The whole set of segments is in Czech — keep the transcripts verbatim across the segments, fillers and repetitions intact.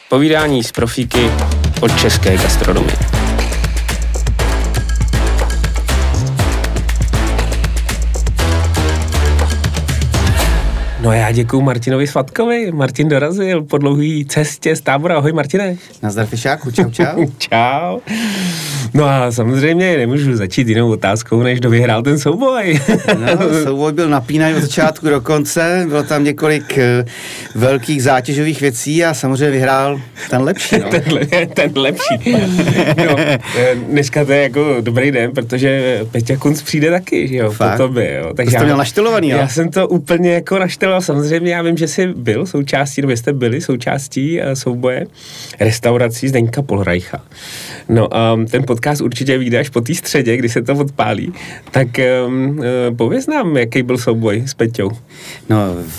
Povídání z profíky od české gastronomie. No já děkuju Martinovi Svatkovi. Martin dorazil po dlouhé cestě z Tábora. Ahoj Martine. Nazdar Fišáku, čau čau. Čau. No a samozřejmě nemůžu začít jinou otázkou, než kdo vyhrál ten souboj. No, souboj byl napínavý od začátku do konce, bylo tam několik uh, velkých zátěžových věcí a samozřejmě vyhrál ten lepší. No. ten, le, ten lepší. No, dneska to je jako dobrý den, protože Peťa Kunc přijde taky, že jo, Fakt? po tobě, jo. Takže to jsi to měl naštelovaný, jo? Já jsem to úplně jako našteloval, samozřejmě já vím, že jsi byl součástí, nebo jste byli součástí uh, souboje restaurací Zdeňka Polreicha. No a um, ten podcast určitě vyjde až po té středě, kdy se to odpálí. Tak um, uh, pověz nám, jaký byl souboj s Peťou. No,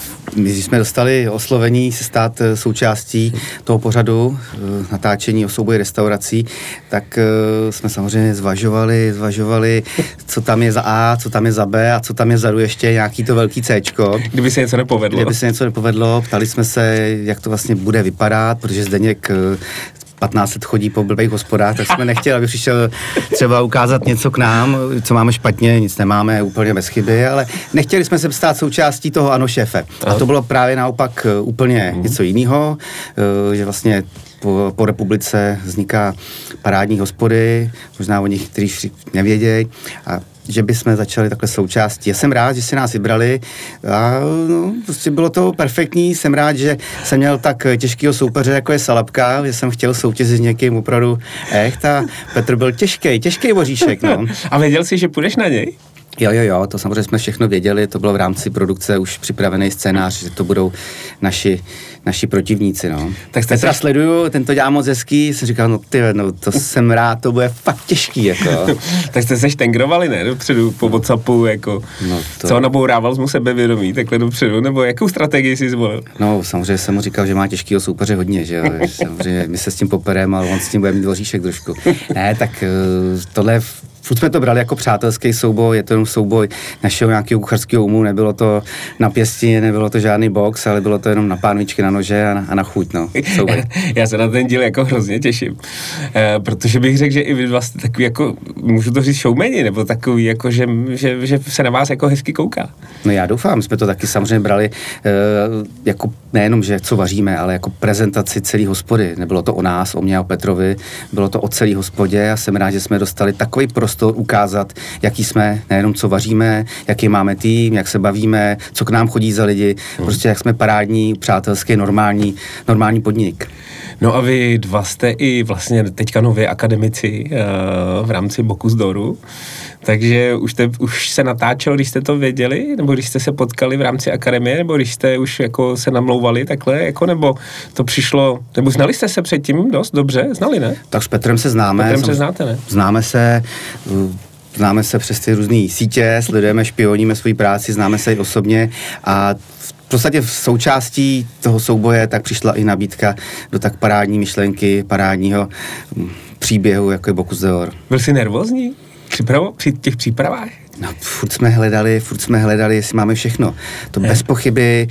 my jsme dostali oslovení se stát součástí toho pořadu natáčení o souboji restaurací, tak jsme samozřejmě zvažovali, zvažovali, co tam je za A, co tam je za B a co tam je vzadu ještě nějaký to velký Cčko. Kdyby se něco nepovedlo. Kdyby se něco nepovedlo, ptali jsme se, jak to vlastně bude vypadat, protože Zdeněk patnáct let chodí po blbých hospodách, tak jsme nechtěli, aby přišel třeba ukázat něco k nám, co máme špatně, nic nemáme, úplně bez chyby, ale nechtěli jsme se stát součástí toho ano šéfe. A to bylo právě naopak úplně něco jiného, že vlastně po, po republice vzniká parádní hospody, možná o nich, kteří nevědějí, a že bychom začali takhle součástí. Já jsem rád, že si nás vybrali a no, prostě bylo to perfektní. Jsem rád, že jsem měl tak těžkého soupeře, jako je Salapka, že jsem chtěl soutěžit s někým opravdu echt a Petr byl těžký, těžký voříšek, no. A věděl jsi, že půjdeš na něj? Jo, jo, jo, to samozřejmě jsme všechno věděli, to bylo v rámci produkce už připravený scénář, že to budou naši, naši protivníci, no. Tak Petra jsi... sleduju, ten to dělá moc hezký, jsem říkal, no ty, no to jsem rád, to bude fakt těžký, jako. Tak jste se štengrovali, ne, dopředu, po WhatsAppu, jako, no to... co nabourával mu sebevědomí, takhle dopředu, nebo jakou strategii si zvolil? No, samozřejmě jsem mu říkal, že má těžkýho soupeře hodně, že jo, samozřejmě my se s tím poperem, ale on s tím bude mít voříšek trošku. Ne, tak tohle furt jsme to brali jako přátelský souboj, je to jenom souboj našeho nějakého kuchařského umu, nebylo to na pěsti, nebylo to žádný box, ale bylo to jenom na pánvičky, na nože a na, a na chuť, no. Já, já se na ten díl jako hrozně těším, e, protože bych řekl, že i vy vlastně takový jako, můžu to říct showmani, nebo takový jako, že, že, že se na vás jako hezky kouká. No já doufám, jsme to taky samozřejmě brali e, jako nejenom, že co vaříme, ale jako prezentaci celé hospody. Nebylo to o nás, o mě a o Petrovi, bylo to o celé hospodě a jsem rád, že jsme dostali takový prostor ukázat, jaký jsme, nejenom co vaříme, jaký máme tým, jak se bavíme, co k nám chodí za lidi, hmm. prostě jak jsme parádní, přátelský, normální, normální podnik. No a vy dva jste i vlastně teďka nově akademici uh, v rámci Bocuse d'Oru, takže už, te, už se natáčelo, když jste to věděli, nebo když jste se potkali v rámci akademie, nebo když jste už jako se namlouvali takhle, jako, nebo to přišlo, nebo znali jste se předtím dost dobře, znali, ne? Tak s Petrem se známe. Petrem se znáte, ne? Známe se, známe se přes ty různý sítě, sledujeme, špioníme svoji práci, známe se i osobně a v podstatě v součástí toho souboje tak přišla i nabídka do tak parádní myšlenky, parádního příběhu, jako je Bocuse d'Or. Byl jsi nervózní Připravo, při těch přípravách? No, furt jsme hledali, furt jsme hledali, jestli máme všechno. To ne. Bez pochyby,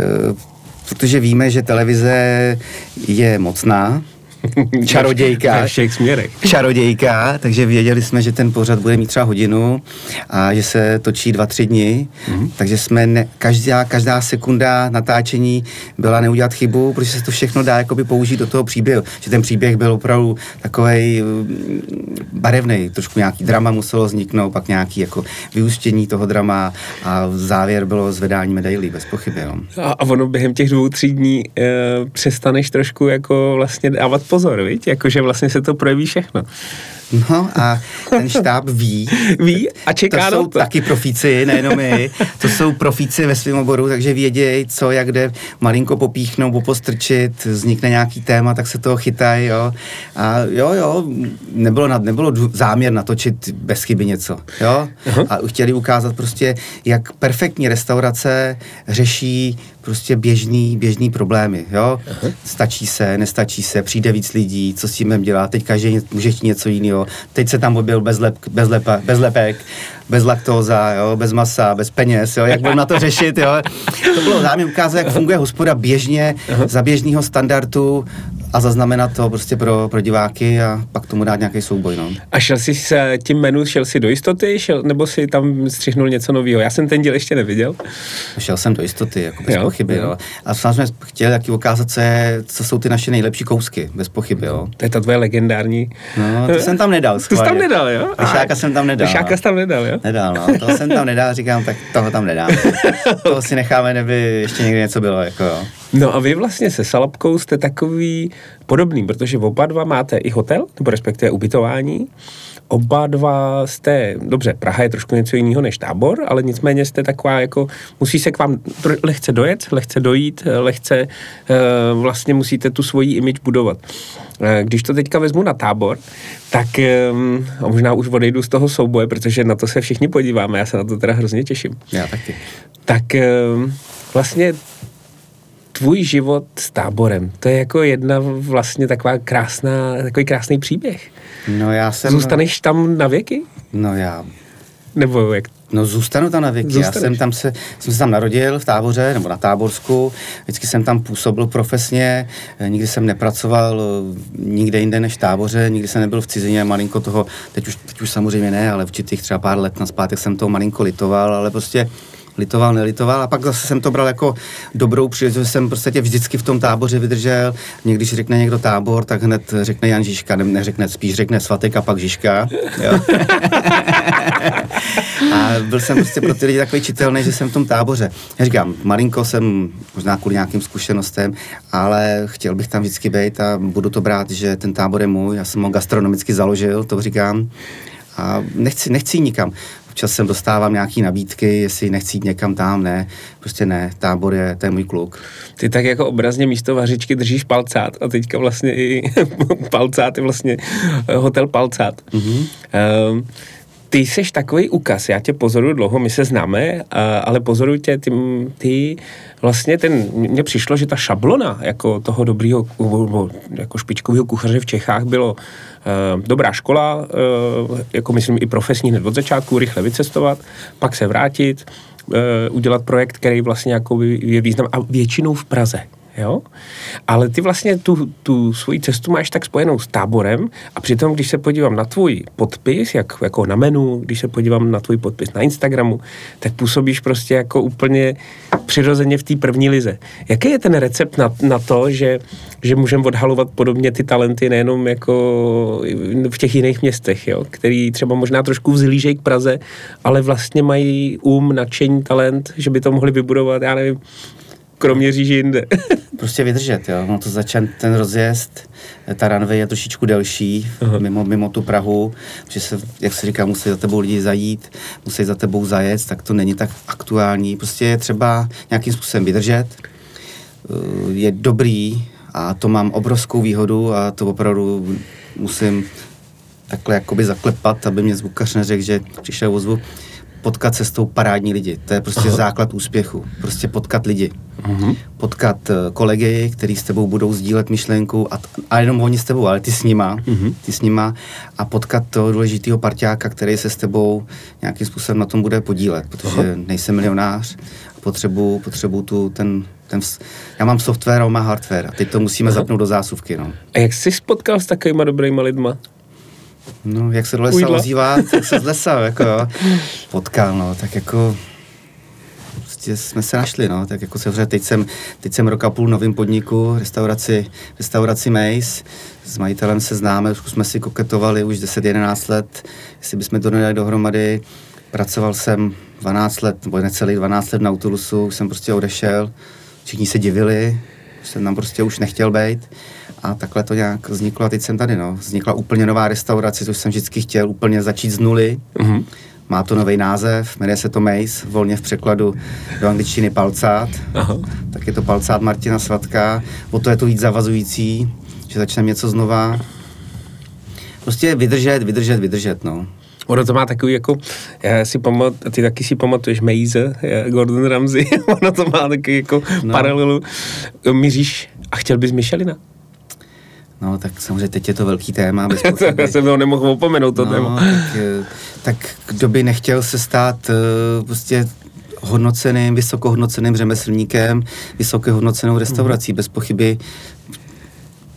protože víme, že televize je mocná, čarodějka, ve všech směrech. Čarodějka, takže věděli jsme, že ten pořad bude mít třeba hodinu a že se točí dva, tři dny, mm-hmm. takže jsme ne, každá, každá sekunda natáčení byla neudělat chybu, protože se to všechno dá jakoby použít do toho příběhu, že ten příběh byl opravdu takovej barevnej, trošku nějaký drama muselo vzniknout, pak nějaký jako vyústění toho drama a závěr bylo zvedání medailí, bez pochyby. Jo. A, a ono během těch dvou, tří dní e, přestaneš trošku jako vlastně dávat pozor, viď? Jakože vlastně se to projeví všechno. No a ten štáb ví. Ví a čeká to. To jsou to. taky profíci, nejenom my. To jsou profíci ve svém oboru, takže vědějí, co, jak jde malinko popíchnout, popostrčit, vznikne nějaký téma, tak se toho chytají, jo. A jo, jo, nebylo, nad, nebylo záměr natočit bez chyby něco, jo. Uh-huh. A chtěli ukázat prostě, jak perfektní restaurace řeší prostě běžný, běžný problémy, jo. Uh-huh. Stačí se, nestačí se, přijde víc lidí, co s tím dělat, teď každý může chtít něco jiného. Teď se tam objevil bez, lep, bez, lepa, bez lepek, bez laktóza, jo, bez masa, bez peněz, jo, jak budeme na to řešit, jo. To bylo záměr ukázat, jak funguje hospoda běžně, uh-huh. za běžného standardu a zaznamenat to prostě pro, pro diváky a pak tomu dát nějaký souboj, no. A šel jsi s tím menu, šel jsi do jistoty, šel, nebo si tam střihnul něco nového? Já jsem ten díl ještě neviděl. Šel jsem do jistoty, jako bez jo, pochyby, jo. Jo. A samozřejmě jsme chtěli taky ukázat, co, je, co jsou ty naše nejlepší kousky, bez pochyby, jo. To je ta tvoje legendární. No, to jsem tam nedal. To jsi tam nedal, jo? Lišáka jsem tam nedal. Lišáka jsi tam nedal, jo? Nedal, no. Toho jsem tam nedal, říkám, tak toho tam nedám. Toho si necháme, neby ještě někdy něco bylo, jako jo. No a vy vlastně se Salapkou jste takový podobný, protože oba dva máte i hotel, nebo respektive ubytování. Oba dva jste, dobře, Praha je trošku něco jiného než Tábor, ale nicméně jste taková jako, musí se k vám lehce dojet, lehce dojít, lehce vlastně musíte tu svoji image budovat. Když to teďka vezmu na Tábor, tak a možná už odejdu z toho souboje, protože na to se všichni podíváme, já se na to teda hrozně těším. Já taky. Tak vlastně tvůj život s Táborem, to je jako jedna vlastně taková krásná, takový krásný příběh. No já jsem... Zůstaneš tam na věky? No já... Nebo jak? No zůstanu tam na věky. Zůstaneš. Já jsem tam se, jsem se tam narodil v Táboře, nebo na Táborsku. Vždycky jsem tam působil profesně, nikdy jsem nepracoval nikde jinde než v Táboře, nikdy jsem nebyl v cizině, malinko toho, teď už, teď už samozřejmě ne, ale určitých třeba pár let nazpátek jsem toho malinko litoval, ale prostě litoval, nelitoval a pak zase jsem to bral jako dobrou příležitost, že jsem prostě vždycky v tom Táboře vydržel. Někdy, když řekne někdo Tábor, tak hned řekne Jan Žižka, ne, neřekne, spíš řekne Svatek a pak Žižka. Jo. A byl jsem prostě pro ty lidi takový čitelný, že jsem v tom Táboře. Já říkám, malinko jsem, možná kvůli nějakým zkušenostem, ale chtěl bych tam vždycky být a budu to brát, že ten Tábor je můj. Já jsem ho gastronomicky založil, to říkám. A nechci, nechci nikam. Občas jsem dostávám nějaký nabídky, jestli nechci jít někam tam, ne. Prostě ne, Tábor je, to je můj kluk. Ty tak jako obrazně místo vařičky držíš Palcát a teďka vlastně i Palcát je vlastně hotel Palcát. Mm-hmm. Um, Ty seš takový ukaz, já tě pozoruju dlouho, my se známe, ale pozoruju tě, ty, ty vlastně ten, mně přišlo, že ta šablona jako toho dobrýho, jako špičkového kuchaře v Čechách bylo uh, dobrá škola, uh, jako myslím i profesní hned od začátku, rychle vycestovat, pak se vrátit, uh, udělat projekt, který vlastně jako je význam a většinou v Praze. Jo? Ale ty vlastně tu, tu svoji cestu máš tak spojenou s Táborem a přitom, když se podívám na tvůj podpis, jak, jako na menu, když se podívám na tvůj podpis na Instagramu, tak působíš prostě jako úplně přirozeně v té první lize. Jaký je ten recept na, na to, že, že můžeme odhalovat podobně ty talenty nejenom jako v těch jiných městech, jo? Který třeba možná trošku vzhlížejí k Praze, ale vlastně mají um, nadšení, talent, že by to mohli vybudovat, já nevím, Kroměříži jinde. Prostě vydržet, jo. No to začal ten rozjezd, ta runway je trošičku delší, mimo, mimo tu Prahu, že se, jak se říká, musí za tebou lidi zajít, musí za tebou zajet, tak to není tak aktuální. Prostě je třeba nějakým způsobem vydržet. Je dobrý a to mám obrovskou výhodu a to opravdu musím takhle jakoby zaklepat, aby mě zvukař neřekl, že přišel ozvu. Potkat cestou parádní lidi. To je prostě Aha. základ úspěchu. Prostě potkat lidi. Uh-huh. Potkat uh, kolegy, kteří s tebou budou sdílet myšlenku a, a jenom oni s tebou, ale ty s nima. Uh-huh. Ty s nima a potkat toho důležitého parťáka, který se s tebou nějakým způsobem na tom bude podílet, protože uh-huh. nejsem milionář a potřebuju, potřebuju tu ten, ten... Já mám software a on má hardware a teď to musíme uh-huh. zapnout do zásuvky. No. A jak jsi spotkal s takovýma dobrýma lidma? No, jak se do lesa ozývá, tak se z lesa, jako jo, potkal, no, tak jako, prostě jsme se našli, no, tak jako se teď jsem, teď jsem rok a půl v novým podniku, restauraci, restauraci Mace, s majitelem se známe, už jsme si koketovali už deset jedenáct let, jestli bychom to nedali dohromady, pracoval jsem dvanáct let, nebo necelých dvanáct let na Nautilusu, už jsem prostě odešel, všichni se divili, jsem tam prostě už nechtěl být. A takhle to nějak vzniklo a teď jsem tady, no. Vznikla úplně nová restaurace, což jsem vždycky chtěl úplně začít z nuly. Mm-hmm. Má to nový název, jmenuje se to Mace, volně v překladu do angličtiny Palcát. Aha. Tak je to Palcát Martina Svatka. O to je to víc zavazující, že začneme něco znova. Prostě vydržet, vydržet, vydržet, no. Ono to má takový jako, já si pamatuju, ty taky si pamatuješ Maze, Gordon Ramsay, ono to má takový jako no. paralelu. Míříš a chtěl bys Michelina? No, tak samozřejmě teď je to velký téma. Bez Já jsem ho nemohl opomenout, to no, téma. Tak, tak kdo by nechtěl se stát uh, prostě hodnoceným, vysokohodnoceným řemeslníkem, vysokohodnocenou restaurací, mm. bez pochyby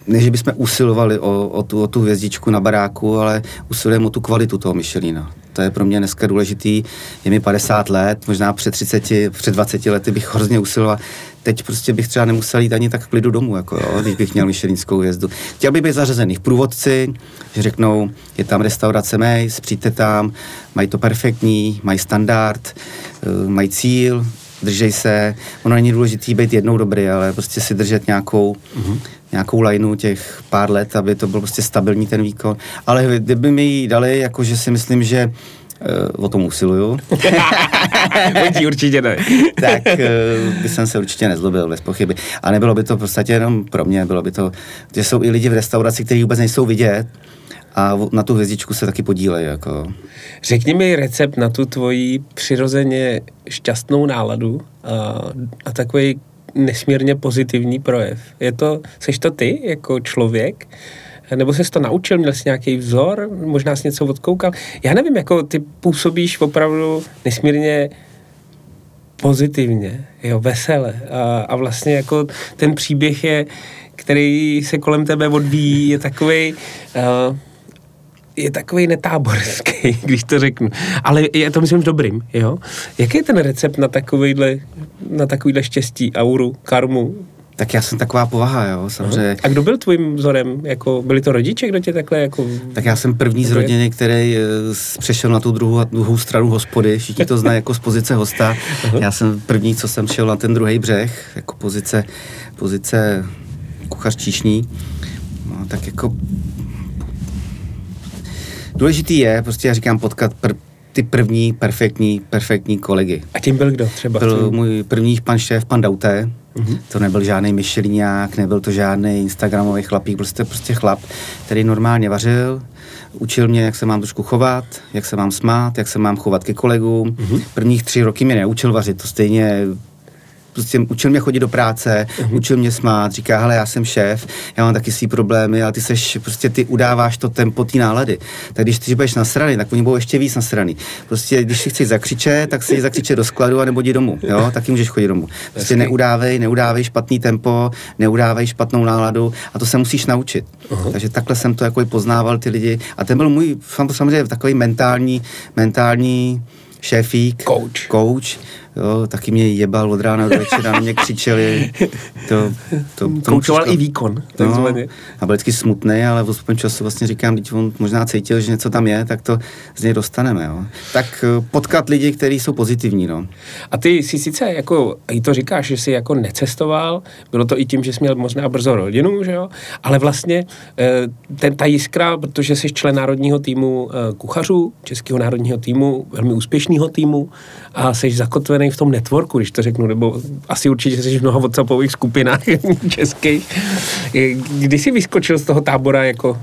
ne, že bychom usilovali o, o, tu, o tu hvězdičku na baráku, ale usilujeme o tu kvalitu toho Michelina. To je pro mě dneska důležitý. Je mi padesát let, možná před třiceti, před dvaceti lety bych hrozně usiloval. Teď prostě bych třeba nemusel jít ani tak v klidu domů, jako jo, když bych měl michelinskou hvězdu. Chtěl bych být zařazený v průvodci, že řeknou, je tam restaurace Mejs, přijďte tam, mají to perfektní, mají standard, mají cíl, držej se. Ono není důležitý být jednou dobrý, ale prostě si držet nějakou, mm-hmm. nějakou lineu těch pár let, aby to byl prostě stabilní ten výkon. Ale kdyby mi ji dali, jakože si myslím, že uh, o tom usiluju. Oni určitě ne. Tak uh, by jsem se určitě nezlobil, bez pochyby. A nebylo by to v podstatě jenom pro mě, bylo by to, že jsou i lidi v restauraci, kteří vůbec nejsou vidět, a na tu hvězdičku se taky podílejí. Jako. Řekni mi recept na tu tvoji přirozeně šťastnou náladu a, a takový nesmírně pozitivní projev. Je to, seš to ty jako člověk? Nebo jsi to naučil, měl jsi nějaký vzor, možná jsi něco odkoukal? Já nevím, jako ty působíš opravdu nesmírně pozitivně, jo, vesele a, a vlastně jako ten příběh je, který se kolem tebe odvíjí, je takovej uh, je takovej netáborský, když to řeknu. Ale je to, myslím, dobrým, jo? Jaký je ten recept na takovejhle, na takovýhle štěstí, auru, karmu? Tak já jsem taková povaha, jo, samozřejmě. A kdo byl tvým vzorem? Jako, byli to rodiče, kdo tě takhle jako... Tak já jsem první z rodiny, který přešel na tu druhou, druhou stranu hospody, všichni to znají jako z pozice hosta. Aha. Já jsem první, co jsem šel na ten druhý břeh, jako pozice, pozice kuchař číšní. No, tak jako... Důležitý je, prostě já říkám, potkat pr- ty první perfektní, perfektní kolegy. A tím byl kdo třeba? Byl můj první pan šéf, pan Dauté. Mm-hmm. To nebyl žádný Michelinák, nebyl to žádný instagramový chlapík, prostě prostě chlap, který normálně vařil, učil mě, jak se mám trošku chovat, jak se mám smát, jak se mám chovat ke kolegům. Mm-hmm. Prvních tři roky mě neučil vařit, to stejně... Prostě učil mě chodit do práce, uh-huh. učil mě smát, říká, hele, já jsem šéf, já mám taky svý problémy, ale ty seš, prostě ty udáváš to tempo té nálady. Tak když ty budeš nasraný, tak oni budou ještě víc nasraný. Prostě když si chceš zakřičet, tak si zakřičet do skladu a nebo jdi domů, jo, taky můžeš chodit domů. Prostě neudávej, neudávej špatný tempo, neudávej špatnou náladu a to se musíš naučit. Uh-huh. Takže takhle jsem to jako i poznával ty lidi a ten byl můj, samozřejmě takový mentální, mentální šéfík, coach. coach. Jo, taky mě jebal od rána do večera, na mě křičeli. To, to, to Koučoval i výkon, takzvaně. No, a byl vždycky smutný, ale v postupem času vlastně říkám, když on možná cítil, že něco tam je, tak to z něj dostaneme. Jo. Tak potkat lidi, kteří jsou pozitivní. No. A ty si sice jako, i to říkáš, že jsi jako necestoval, bylo to i tím, že jsi měl možná brzo rodinu, že jo? Ale vlastně ten, ta jiskra, protože jsi člen národního týmu kuchařů, českého národního týmu, velmi úspěšného týmu a jsi zakotvený v tom networku, když to řeknu, nebo asi určitě jsi v mnoha WhatsAppových skupinách českých. Kdy jsi vyskočil z toho tábora jako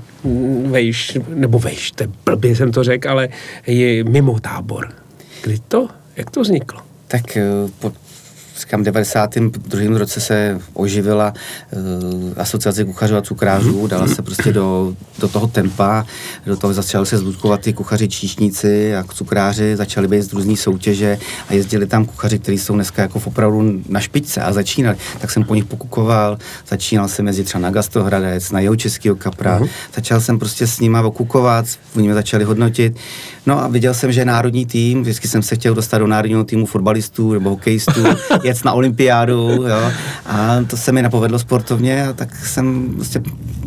vejš, nebo vejš, to je blbě jsem to řekl, ale je mimo tábor. Kdy to? Jak to vzniklo? Tak po říkám, v devadesátém druhém roce se oživila uh, asociace kuchařů a cukrářů, dala se prostě do, do toho tempa, do toho začali se zlučkovat ty kuchaři číšníci a cukráři, začali být z různý soutěže a jezdili tam kuchaři, kteří jsou dneska jako opravdu na špičce a začínali. Tak jsem po nich pokukoval, začínal jsem jezdit třeba na Gastrohradec, na Jihočeskýho kapra, uh-huh. začal jsem prostě s nima okukovat, oni mě začali hodnotit. No a viděl jsem, že je národní tým, vždycky jsem se chtěl dostat do národního týmu fotbalistů nebo hokejistů, jet na olympiádu, jo, a to se mi nepovedlo sportovně, a tak jsem prostě,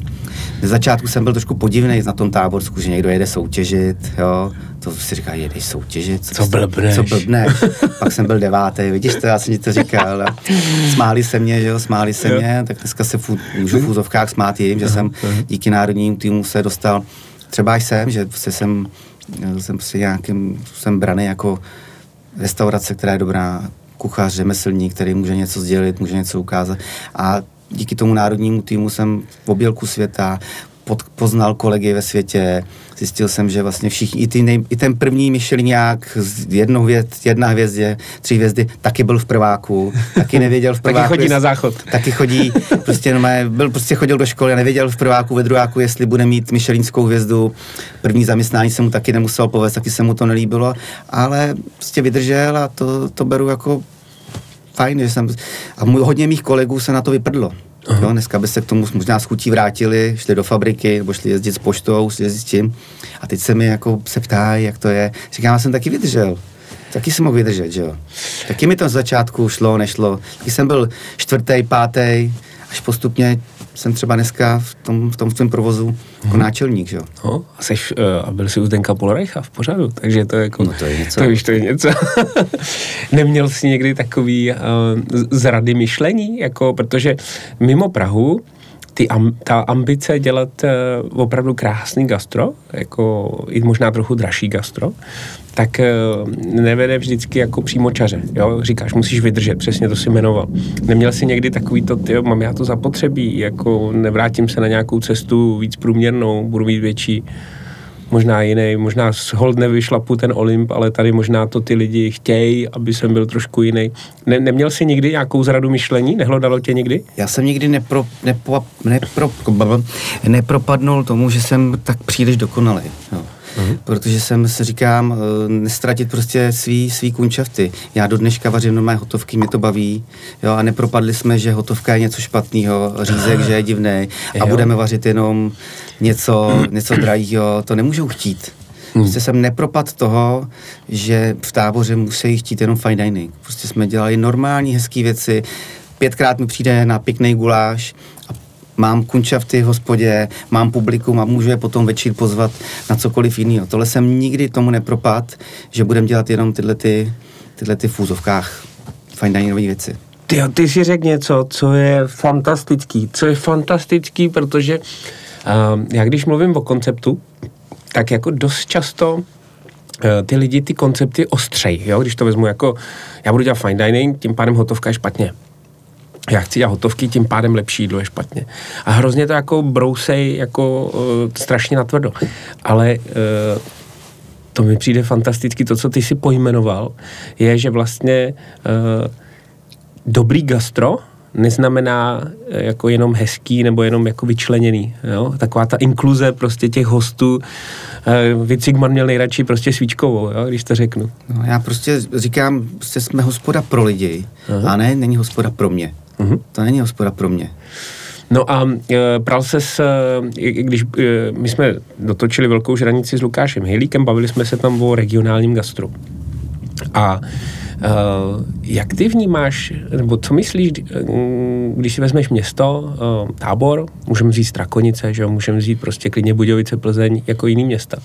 v začátku jsem byl trošku podivnej na tom Táborsku, že někdo jede soutěžit, jo, to si říká, jedeš soutěžit, co, co blbneš, co blbneš, pak jsem byl devátý, vidíš to, já jsem ti to říkal, a smáli se mě, že jo, smáli se jo. mě, tak dneska se fů, můžu v úzovkách smát jim, že jsem díky národnímu týmu se dostal, třeba jsem, že prostě jsem, jsem prostě nějakým, jsem braný jako restaurace, která je dobrá, kuchař, řemeslník, který může něco sdělit, může něco ukázat. A díky tomu národnímu týmu jsem v obělku světa pod, poznal kolegy ve světě, zjistil jsem, že vlastně všichni, i, ty nej, i ten první Michelinák z jednou hvězd, jedna hvězdě, tři hvězdy, taky byl v prváku, taky nevěděl v prváku. Taky chodí jest, na záchod. Taky chodí, prostě, no, byl, prostě chodil do školy a nevěděl v prváku, ve druháku, jestli bude mít michelinskou hvězdu. První zaměstnání se mu taky nemusel povést, taky se mu to nelíbilo, ale prostě vydržel a to, to beru jako fajn, že jsem, a můj, hodně mých kolegů se na to vyprdlo. Jo, dneska by se k tomu možná s chutí vrátili, šli do fabriky, nebo šli jezdit s poštou, šli jezdit s tím. A teď se mi jako se ptají, jak to je. Říkám, já jsem taky vydržel. Taky jsem mohl vydržet, že jo. Taky mi to z začátku šlo, nešlo. Taky jsem byl čtvrtý, pátý, až postupně jsem třeba dneska v tom, v tom svém provozu jako hmm. náčelník, že jo. No, a, seš, uh, a byl jsi u Zdenka Polorejcha v pořadu, takže to je jako... No to je něco. To víš, to je něco. Neměl jsi někdy takový uh, zrady myšlení, jako, protože mimo Prahu ty am, ta ambice dělat uh, opravdu krásný gastro, jako i možná trochu dražší gastro, tak uh, nevede vždycky jako přímočaře, jo, říkáš, musíš vydržet, přesně to si jmenoval. Neměl jsi někdy takový to, tyjo, mám já to zapotřebí, jako nevrátím se na nějakou cestu víc průměrnou, budu mít větší, možná jiný, možná z hold nevyšlapu ten Olymp, ale tady možná to ty lidi chtějí, aby jsem byl trošku jiný. Ne, neměl jsi nikdy nějakou zradu myšlení? Nehlodalo tě nikdy? Já jsem nikdy nepro, nepro, nepro, nepropadnul tomu, že jsem tak příliš dokonalý. Jo. Uhum. Protože jsem si říkám, nestratit prostě svý, svý kunčafty. Já do dneška vařím normální hotovky, mě to baví, jo, a nepropadli jsme, že hotovka je něco špatného, řízek, že je divnej a jo. budeme vařit jenom něco, něco drahýho, to nemůžou chtít. Hmm. Prostě jsem nepropad toho, že v Táboře musí chtít jenom fine dining. Prostě jsme dělali normální, hezký věci, pětkrát mi přijde na pěkný guláš a mám kunčafty v hospodě, mám publikum a můžu je potom večer pozvat na cokoliv jiného. Tohle jsem nikdy tomu nepropad, že budeme dělat jenom tyhle, ty, tyhle ty v úzovkách fine diningové věci. Ty, ty si řekl něco, co je fantastický. Co je fantastický, protože uh, já když mluvím o konceptu, tak jako dost často uh, ty lidi ty koncepty ostřej, jo? Když to vezmu jako, já budu dělat fine dining, tím pádem hotovka je špatně. Já chci dělat hotovky, tím pádem lepší jídlo je špatně. A hrozně to jako brousej jako uh, strašně natvrdo. Ale uh, to mi přijde fantasticky, to, co ty si pojmenoval, je, že vlastně uh, dobrý gastro neznamená uh, jako jenom hezký nebo jenom jako vyčleněný. Jo? Taková ta inkluze prostě těch hostů. Uh, Vicigman měl nejradši prostě svíčkovou, jo? Když to řeknu. No, já prostě říkám, prostě jsme hospoda pro lidi, aha. a ne, není hospoda pro mě. Uhum. To není hospoda pro mě. No a e, pral ses, e, když e, my jsme dotočili Velkou žranici s Lukášem Hejlíkem, bavili jsme se tam o regionálním gastru. A e, jak ty vnímáš, nebo co myslíš, když si vezmeš město, e, Tábor, můžeme vzít Strakonice, že jo, můžeme vzít prostě klidně Budějovice, Plzeň, jako jiný města.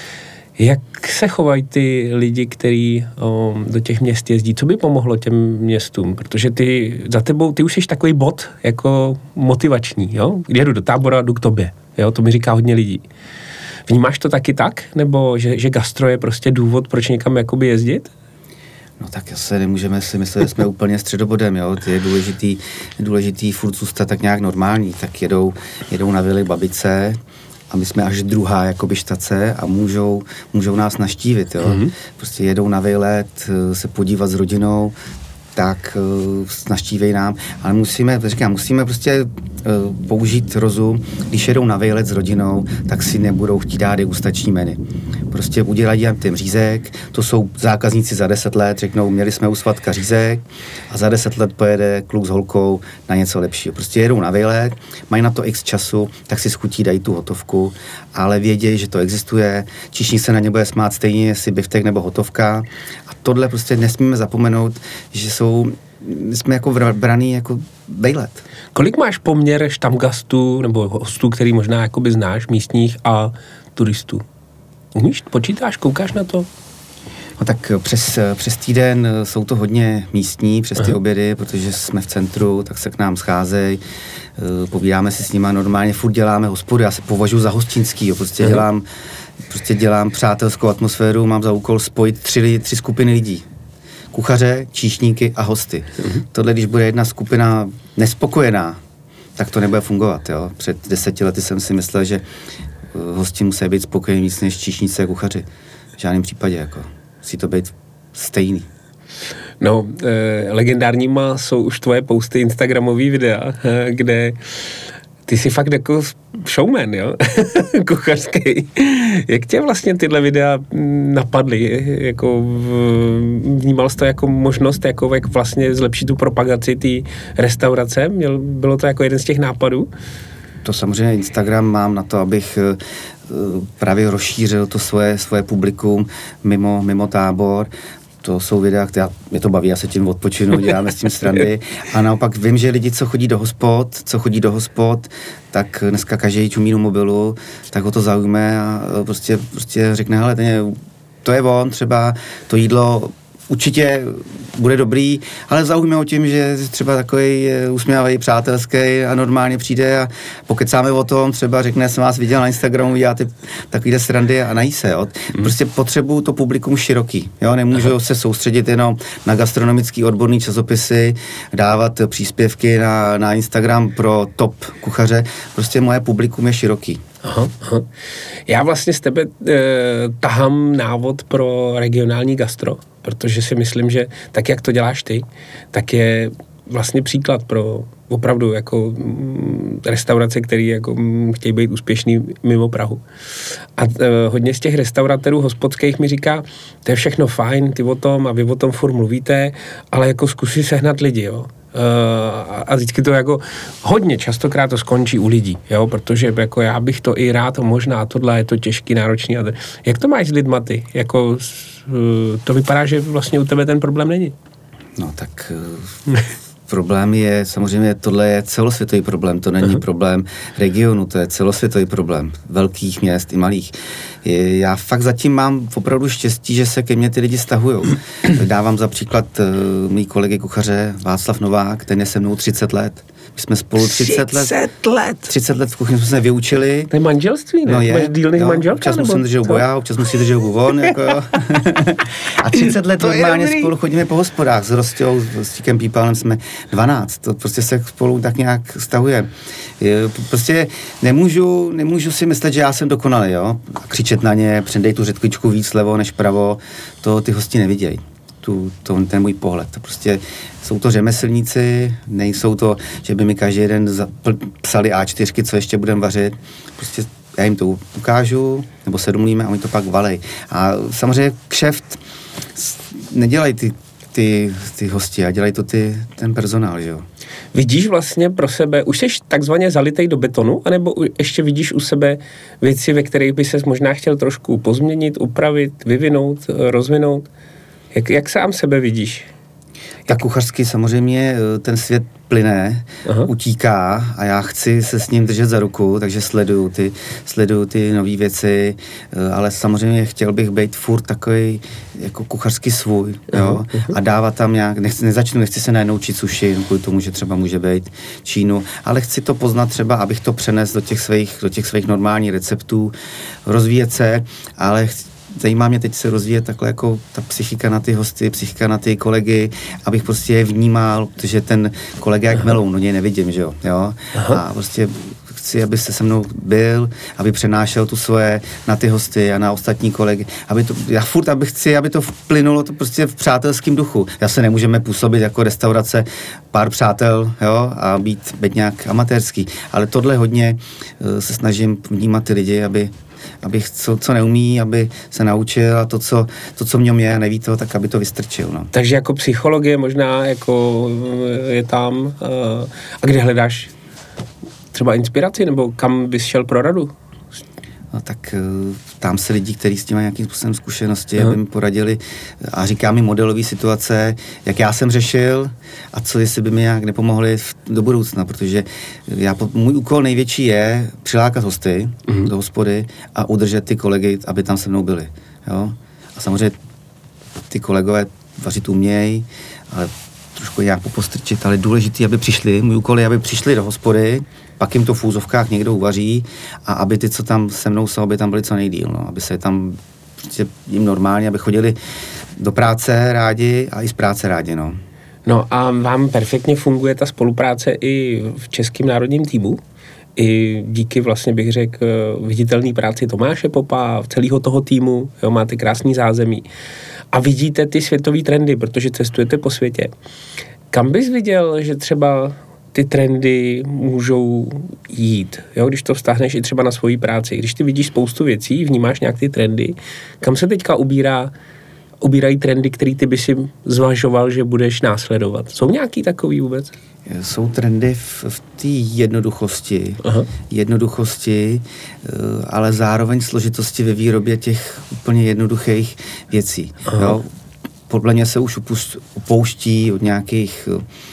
Jak se chovají ty lidi, kteří do těch měst jezdí? Co by pomohlo těm městům? Protože ty za tebou, ty už jsi takový bod jako motivační, jo? Jedu do Tábora, jdu k tobě, jo? To mi říká hodně lidí. Vnímáš to taky tak? Nebo že, že gastro je prostě důvod, proč někam jakoby jezdit? No tak se nemůžeme si myslet, že jsme úplně středobodem, jo? Ty je důležitý, důležitý furt zůstat tak nějak normální, tak jedou, jedou na vily babice, a my jsme až druhá jakoby štace a můžou, můžou nás naštívit, jo. Mm-hmm. Prostě jedou na výlet, se podívat s rodinou, tak uh, naštívej nám, ale musíme, říkám, musíme prostě uh, použít rozum, když jedou na výlet s rodinou, tak si nebudou chtít dát degustační menu. Prostě udělají jen ten řízek, to jsou zákazníci za deset let, řeknou, měli jsme u svatka řízek a za deset let pojede kluk s holkou na něco lepšího. Prostě jedou na výlet, mají na to x času, tak si schutí, dají tu hotovku, ale vědějí, že to existuje, číšník se na ně bude smát stejně, jestli biftek nebo hotovka. A tohle prostě nesmíme zapomenout, že jsou, jsme jako braný jako vejlet. Kolik máš poměr štamgastů nebo hostů, který možná jakoby znáš, místních a turistů? Umíš, počítáš, koukáš na to? No tak přes, přes týden jsou to hodně místní, přes ty Aha. obědy, protože jsme v centru, tak se k nám scházejí, povídáme si s nima normálně, furt děláme hospodu, já se považuji za hostinský, jo, prostě Aha. dělám prostě dělám přátelskou atmosféru, mám za úkol spojit tři, tři skupiny lidí. Kuchaře, číšníky a hosty. Uh-huh. Tohle, když bude jedna skupina nespokojená, tak to nebude fungovat. Jo? Před deseti lety jsem si myslel, že hosti musí být spokojení víc než číšníci a kuchaři. V žádném případě. Jako. Musí to být stejný. No, eh, legendárníma jsou už tvoje posty, instagramové videa, eh, kde ty jsi fakt jako showman, jo? Kuchařský. Jak tě vlastně tyhle videa napadly? Jako vnímal jsi to jako možnost, jako jak vlastně zlepšit tu propagaci té restaurace? Měl, bylo to jako jeden z těch nápadů? To samozřejmě Instagram mám na to, abych právě rozšířil to svoje, svoje publikum mimo, mimo Tábor. To jsou videa, které mě to baví, já se tím odpočinu, děláme s tím srandy. A naopak vím, že lidi, co chodí do hospod, co chodí do hospod, tak dneska každý čumí do mobilu, tak ho to zaujme a prostě, prostě řekne, hele, ten je, to je on, třeba to jídlo určitě bude dobrý, ale zaujme ho tím, že třeba takový usměvavý, přátelský a normálně přijde a pokecáme o tom, třeba řekne, jsem vás viděl na Instagramu, děláte takovýhle srandy a nají se, jo. Mm. Prostě potřebuju to publikum široký, jo, nemůžu Aha. se soustředit jenom na gastronomický odborný časopisy, dávat příspěvky na, na Instagram pro top kuchaře, prostě moje publikum je široký. Aha, aha. Já vlastně z tebe e, tahám návod pro regionální gastro, protože si myslím, že tak, jak to děláš ty, tak je vlastně příklad pro opravdu jako m, restaurace, které jako m, chtějí být úspěšný mimo Prahu. A e, hodně z těch restauratérů hospodských mi říká, to je všechno fajn, ty o tom a vy o tom furt mluvíte, ale jako zkusí sehnat lidi, jo. Uh, a vždycky to jako hodně častokrát to skončí u lidí, jo, protože jako já bych to i rád, možná tohle je to těžký, náročný. A to, jak to máš s lidma ty? Jako, uh, to vypadá, že vlastně u tebe ten problém není. No tak uh, problém je, samozřejmě tohle je celosvětový problém, to není uh-huh. problém regionu, to je celosvětový problém velkých měst i malých. Já fakt zatím mám opravdu štěstí, že se ke mně ty lidi stahujou. Dávám za příklad uh, mý kolegy kuchaře Václav Novák, ten je se mnou třicet let. My jsme spolu třicet let. třicet let? třicet let v kuchyni jsme se vyučili. To je manželství, ne? No je. Máš dílných manželka? Občas musím držet hubu já, občas musí držet hubu on. Jako jo. A třicet let normálně spolu chodíme po hospodách. S Rostou, s Tíkem Pípalem jsme dvanáct. To prostě se spolu tak nějak stahuje. Prostě nemůžu, nemůžu si myslet, že já jsem dokonalý, jo. A křičet na ně, předej tu řetkvičku víc levo než pravo, to ty hosti nevidějí. Tu, to, ten můj pohled. To prostě jsou to řemeslníci, nejsou to, že by mi každý den zapl, psali á čtyři, co ještě budeme vařit. Prostě já jim to ukážu, nebo se domluvíme a oni to pak valej. A samozřejmě kšeft nedělají ty, ty, ty hosti, a dělají to ty, ten personál, že jo. Vidíš vlastně pro sebe, už jsi takzvaně zalitej do betonu, anebo ještě vidíš u sebe věci, ve kterých by ses možná chtěl trošku pozměnit, upravit, vyvinout, rozvinout? Jak, jak sám sebe vidíš? Tak kuchařsky samozřejmě ten svět plyne, Aha. utíká a já chci se s ním držet za ruku, takže sleduju ty, sleduju ty nové věci, ale samozřejmě chtěl bych být furt takový jako kuchařsky svůj, jo, Aha. a dávat tam nějak, nechci, nezačnu, nechci se najednou učit sushi, kvůli tomu, že třeba může být Čínu, ale chci to poznat třeba, abych to přenesl do těch svých, do těch svých normálních receptů, rozvíjet se, ale chci, zajímá mě teď se rozvíjet takhle jako ta psychika na ty hosty, psychika na ty kolegy, abych prostě je vnímal, protože ten kolega jak meloun, no něj nevidím, že jo, jo? A prostě chci, aby se se mnou byl, aby přenášel tu svoje na ty hosty a na ostatní kolegy, aby to, já furt, aby chci, aby to vplynulo to prostě v přátelském duchu. Já se nemůžeme působit jako restaurace pár přátel, jo, a být, být nějak amatérský, ale tohle hodně uh, se snažím vnímat ty lidi, aby abych co, co neumí, aby se naučil a to, co, to, co v něm je a neví to, tak aby to vystrčil. No. Takže jako psychologie možná jako je tam. Uh, a kde hledáš třeba inspiraci, nebo kam bys šel pro radu? No tak tam se lidi, kteří s tím mají nějakým způsobem zkušenosti, aby mi poradili a říká mi modelové situace, jak já jsem řešil a co jestli by mi nějak nepomohli v, do budoucna, protože já, můj úkol největší je přilákat hosty mm-hmm. do hospody a udržet ty kolegy, aby tam se mnou byli. Jo? A samozřejmě ty kolegové vařit umějí, ale trošku nějak popostrčit, ale důležitý, aby přišli, můj úkol je, aby přišli do hospody, pak jim to v úzovkách někdo uvaří a aby ty, co tam se mnou jsou, aby tam byli co nejdýl, no, aby se tam prostě jim normálně, aby chodili do práce rádi a i z práce rádi, no. No a vám perfektně funguje ta spolupráce i v českém národním týmu? I díky vlastně bych řekl viditelné práci Tomáše Popa, celého toho týmu, jo, máte krásný zázemí. A vidíte ty světové trendy, protože cestujete po světě. Kam bys viděl, že třeba ty trendy můžou jít, jo? Když to vztáhneš i třeba na svoji práci. Když ty vidíš spoustu věcí, vnímáš nějak ty trendy, kam se teďka ubírá, ubírají trendy, které ty by si zvažoval, že budeš následovat. Jsou nějaký takový vůbec? Jsou trendy v, v té jednoduchosti, Aha. jednoduchosti, ale zároveň složitosti ve výrobě těch úplně jednoduchých věcí. Jo? Podle mě se už upouští od nějakých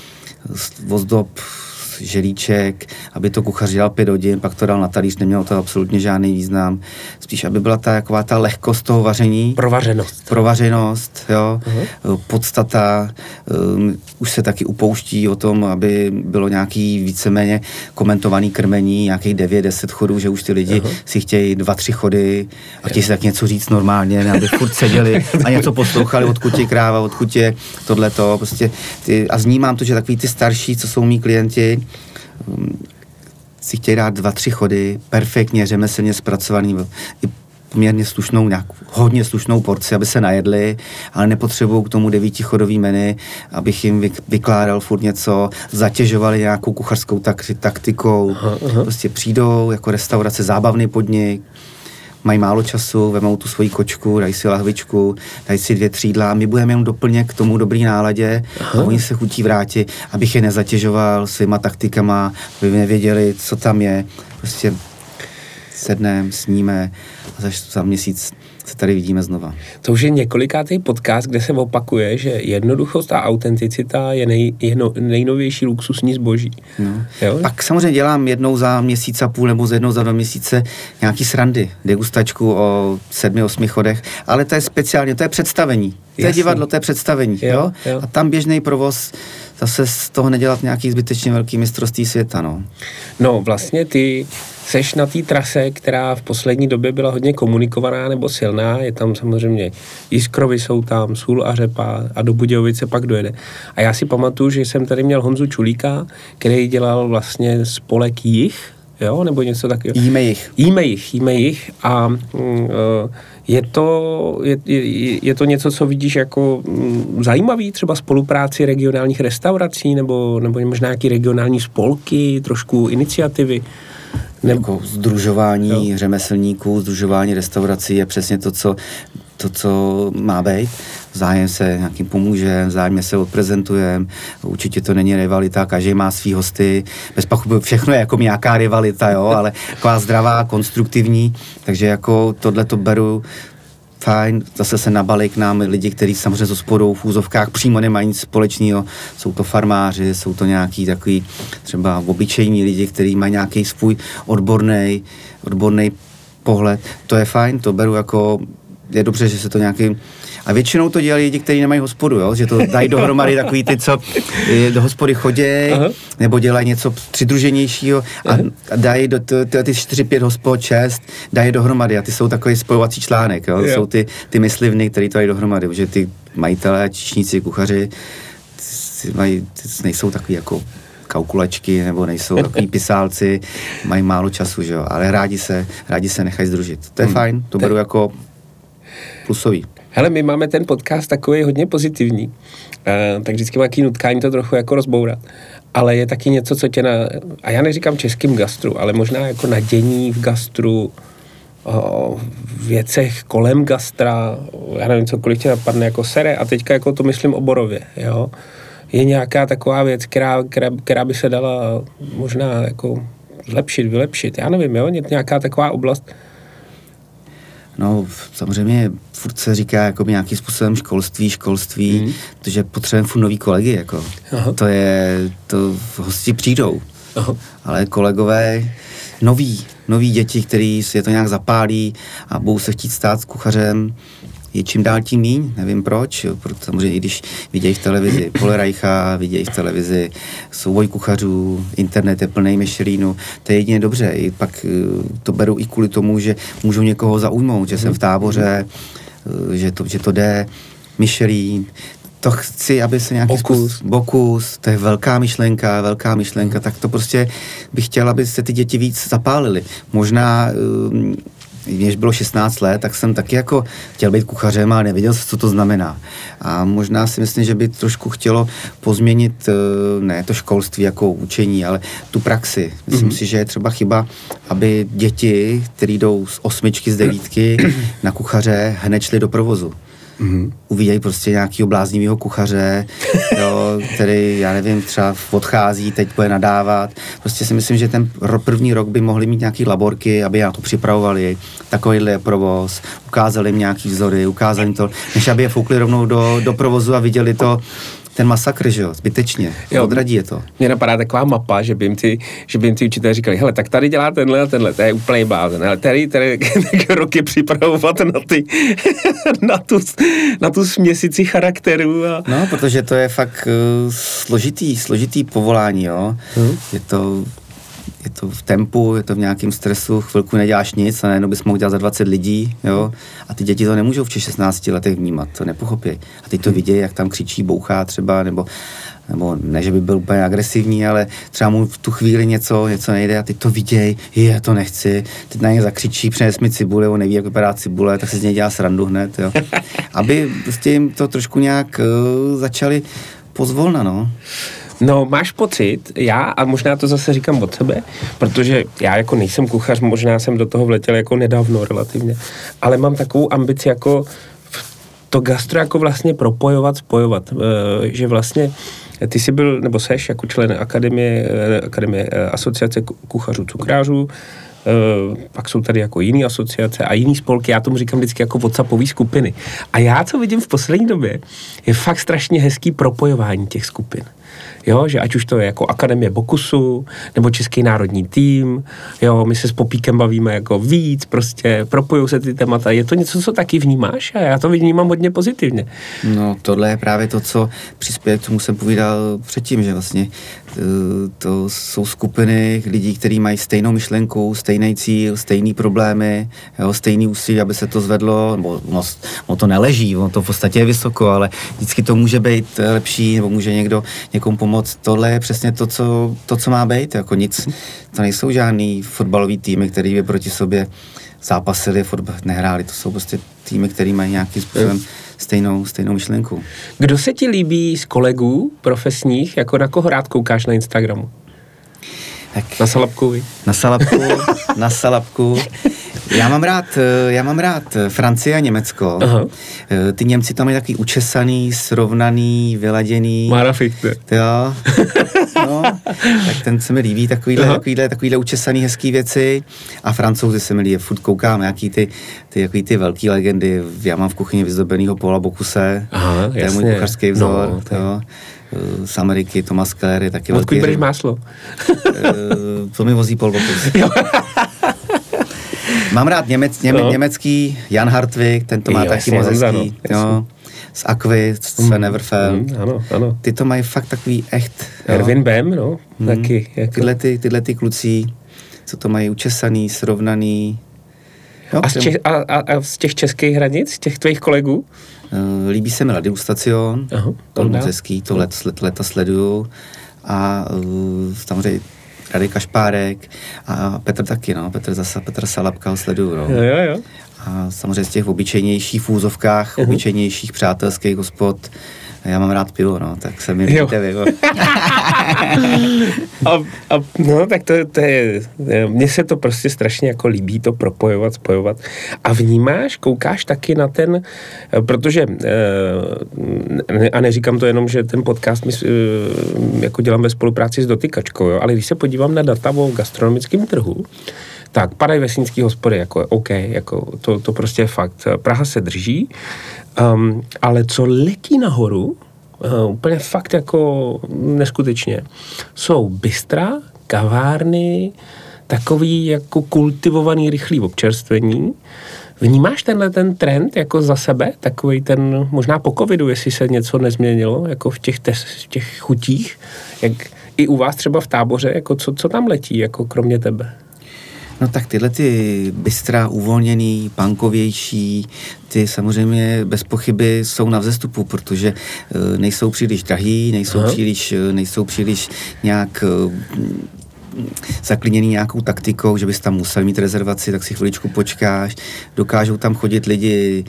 ozdob, želíček, aby to kuchař dělal pět hodin, pak to dal na talíř, nemělo to absolutně žádný význam. Spíš, aby byla ta taková ta lehkost toho vaření. Provařenost. Provařenost, jo. Uh-huh. Podstata. Um, už se taky upouští o tom, aby bylo nějaký víceméně komentovaný krmení, nějakých devět deset chodů, že už ty lidi uh-huh. si chtějí dva, tři chody a chtějí si tak něco říct normálně, ne, aby furt seděli a něco poslouchali, odkud je kráva, odkud je tohleto. Prostě ty, a vnímám to, že takový ty starší, co jsou mý klienti, um, si chtějí dát dva, tři chody, perfektně, řemeslně zpracovaný, i poměrně slušnou, nějak, hodně slušnou porci, aby se najedli, ale nepotřebují k tomu devítichodový menu, abych jim vykládal furt něco, zatěžovali nějakou kuchařskou tak, taktikou. Aha, aha. Prostě přijdou jako restaurace, zábavný podnik, mají málo času, vemou tu svoji kočku, dají si lahvičku, dají si dvě třídla a my budeme jenom doplněk k tomu dobrý náladě Aha. a oni se chutí vrátit, abych je nezatěžoval svýma taktikama, aby nevěděli, co tam je. Prostě sedneme, sníme a za, za měsíc se tady vidíme znova. To už je několikátý podcast, kde se opakuje, že jednoduchost a autenticita je nej, jedno, nejnovější luxusní zboží. No. Pak samozřejmě dělám jednou za měsíc a půl nebo jednou za dva měsíce nějaký srandy, degustačku o sedmi, osmi chodech, ale to je speciálně, to je představení. To je Jasný. divadlo, to je představení. Jo, jo? Jo. A tam běžný provoz, zase z toho nedělat nějaký zbytečně velký mistrovství světa. No, no vlastně ty seš na té trase, která v poslední době byla hodně komunikovaná nebo silná, je tam samozřejmě Jiskrovy jsou tam, sůl a řepa a do Budějovice pak dojede. A já si pamatuju, že jsem tady měl Honzu Čulíka, který dělal vlastně spolek Jich, jo, nebo něco takového. Jíme jich. Jíme jich, jíme jich a mm, je to, je, je, je to něco, co vidíš jako mm, zajímavý, třeba spolupráci regionálních restaurací nebo, nebo možná nějaký regionální spolky, trošku iniciativy? Nebo sdružování jo. řemeslníků, sdružování restaurací je přesně to, co, to, co má být. Vzájem se nějakým pomůžeme, vzájemně se odprezentujeme, určitě to není rivalita, každý má svý hosty, bez pochyby všechno je jako nějaká rivalita, jo, ale taková zdravá, konstruktivní, takže jako tohle to beru fajn, zase se nabalí k nám lidi, kteří samozřejmě s hospodou v úzovkách přímo nemají nic společného. Jsou to farmáři, jsou to nějaký takový třeba obyčejní lidi, kteří mají nějaký svůj odborný, odborný pohled. To je fajn, to beru jako, je dobře, že se to nějaký. A většinou to dělají lidi, kteří nemají hospodu, jo? Že to dají dohromady takový ty, co do hospody chodějí, nebo dělají něco přidruženějšího a, a dají do t- ty čtyři, pět hospod, šest, dají dohromady a ty jsou takový spojovací článek, jo? Jsou ty, ty myslivny, který to dají dohromady, protože ty majitelé, čišníci, kuchaři, ty, mají, ty nejsou takový jako kalkulačky, nebo nejsou takový pisálci, mají málo času, že jo? Ale rádi se, rádi se nechají združit. To je hmm. fajn, to beru jako plusový. Hele, my máme ten podcast takový hodně pozitivní, uh, tak vždycky má taký nutkání to trochu jako rozbourat. Ale je taky něco, co tě na, a já neříkám českým gastru, ale možná jako na dění v gastru, o věcech kolem gastra, já nevím, cokoliv tě napadne jako sere, a teďka jako to myslím oborově, jo. Je nějaká taková věc, která, která, která by se dala možná jako zlepšit, vylepšit, já nevím, jo, nějaká taková oblast. No, samozřejmě furt se říká jako nějakým způsobem školství, školství, mm. protože potřebujeme furt nový kolegy, jako. Aha. To je, to hosti přijdou, Aha. ale kolegové noví, noví děti, který je to nějak zapálí a budou se chtít stát s kuchařem, je čím dál tím míň, nevím proč, jo, protože samozřejmě i když vidějí v televizi Polerajcha, vidějí v televizi souboj kuchařů, internet je plný Michelinů, to je jedině dobře, i pak to beru i kvůli tomu, že můžu někoho zaujmout, že jsem v táboře, že to, že to jde, Michelin, to chci, aby se nějaký Bokus. Bokus, to je velká myšlenka, velká myšlenka, tak to prostě bych chtěl, aby se ty děti víc zapálily. Možná um, když bylo šestnáct let, tak jsem taky jako chtěl být kuchařem, ale nevěděl jsem, co to znamená. A možná si myslím, že by trošku chtělo pozměnit ne to školství jako učení, ale tu praxi. Myslím mm-hmm. si, že je třeba chyba, aby děti, které jdou z osmičky, z devítky na kuchaře, hned šly do provozu. Mm-hmm. Uvidějí prostě nějakýho bláznivého kuchaře, jo, který, já nevím, třeba odchází, teď bude nadávat. Prostě si myslím, že ten první rok by mohli mít nějaký laborky, aby na to připravovali, takovýhle provoz, ukázali jim nějaký vzory, ukázali jim to, než aby je foukli rovnou do, do provozu a viděli to, ten masakr, že jo, zbytečně, jo, odradí je to. Mně napadá taková mapa, že by jim ty, že by jim ty učitelé říkali, hele, tak tady dělá tenhle a tenhle, to je úplný blázen, ale tady, tady roky připravovat na ty, na tu, na tu směsici charakterů. A... No, protože to je fakt uh, složitý, složitý povolání, jo. Hmm. Je to... Je to v tempu, je to v nějakém stresu, chvilku neděláš nic a najednou bys mohl dělat za dvacet lidí, jo. A ty děti to nemůžou v těch šestnácti letech vnímat, to nepochopí. A teď to vidějí, jak tam křičí, bouchá třeba, nebo, nebo ne, že by byl úplně agresivní, ale třeba mu v tu chvíli něco, něco nejde a teď to vidějí, je, to nechci, teď na ně zakřičí, přines mi cibuli, on neví, jak vypadá cibule, tak se z něj dělá srandu hned, jo. Aby prostě jim to trošku nějak uh, začali pozvolna, no. No, máš pocit, já, a možná to zase říkám od sebe, protože já jako nejsem kuchař, možná jsem do toho vletěl jako nedávno relativně, ale mám takovou ambici jako to gastro jako vlastně propojovat, spojovat, že vlastně ty jsi byl, nebo seš jako člen akademie, akademie asociace kuchařů, cukrářů, Uh, pak jsou tady jako jiný asociace a jiný spolky, já tomu říkám vždycky jako WhatsAppové skupiny. A já, co vidím v poslední době, je fakt strašně hezký propojování těch skupin. Jo, že ať už to je jako Akademie Bokusu, nebo Český národní tým, jo, my se s Popíkem bavíme jako víc, prostě propojují se ty témata. Je to něco, co taky vnímáš? A já to vnímám hodně pozitivně. No, tohle je právě to, co přispěje k tomu jsem povídal předtím, že vlastně to jsou skupiny lidí, kteří mají stejnou myšlenku, stejný cíl, stejný problémy, jo, stejný úsilí, aby se to zvedlo, nebo no, no to neleží, ono to v podstatě je vysoko, ale vždycky to může být lepší, nebo může někdo někomu pomoct. Tohle je přesně to, co, to, co má být, jako nic, to nejsou žádný fotbalový týmy, který by proti sobě zápasili, fotbal nehráli, to jsou prostě týmy, který mají nějakým způsobem stejnou, stejnou myšlenku. Kdo se ti líbí z kolegů profesních, jako na koho rád koukáš na Instagramu? Tak, na Salapku, Na Salapku, na Salapku. Já mám rád, já mám rád Francii a Německo. Aha. Ty Němci tam mají takový učesaný, srovnaný, vyladěný. Mára Fichte. Jo. No, tak ten se mi líbí, takovýhle, takovýhle, takovýhle učesaný hezký věci. A Francouzi se mi líbí, furt koukám, nějaký ty, ty, takový ty velký legendy. Já mám v kuchyni vyzdobenýho Paula Bocuse. Aha, to je můj kuchařský vzor. No, to jo. Z Ameriky, Thomas Keller je taky velký. Odkud bereš máslo? To mi vozí Paul Bocuse. Mám rád němec, něme, no. německý, Jan Hartwig, ten to má jo, taky moc hezký. Jo. Z Akvy, z Neverfell. Mm, ano, ano. Ty to mají fakt takový echt. Erwin Bem, no, mm, taky. Jako. Tyhle, ty, tyhle ty kluci, co to mají učesaný, srovnaný. Jo, a, z Čech, a, a, a z těch českých hranic, z těch tvých kolegů? Uh, líbí se mi La Degustacion, to je moc hezký, to let, let, leta sleduju. A uh, samozřejmě Radek Kašpárek a Petr taky, no, Petr zase, Petr Salapka ho sleduju, no. Jo, jo, jo. A samozřejmě z těch obyčejnějších v úzovkách, uh-huh. obyčejnějších přátelských hospod, já mám rád pivo, no, tak se mi líbíte vy. a, a no, tak to, to je, mně se to prostě strašně jako líbí to propojovat, spojovat. A vnímáš, koukáš taky na ten, protože, a neříkám to jenom, že ten podcast my jako dělám ve spolupráci s Dotykačkou, jo, ale když se podívám na data o gastronomickém trhu, tak padají vesnický hospody, jako OK, jako to, to prostě je fakt. Praha se drží, um, ale co letí nahoru, uh, úplně fakt jako neskutečně, jsou bystra, kavárny, takový jako kultivovaný rychlý občerstvení. Vnímáš tenhle ten trend jako za sebe, takový ten, možná po covidu, jestli se něco nezměnilo, jako v těch, tes, v těch chutích, jak i u vás třeba v Táboře, jako co, co tam letí, jako kromě tebe? No tak tyhle ty bystra, uvolněný, punkovější, ty samozřejmě bez pochyby jsou na vzestupu, protože uh, nejsou příliš drahý, nejsou příliš, uh, nejsou příliš nějak uh, zaklíněný nějakou taktikou, že bys tam musel mít rezervaci, tak si chviličku počkáš. Dokážou tam chodit lidi,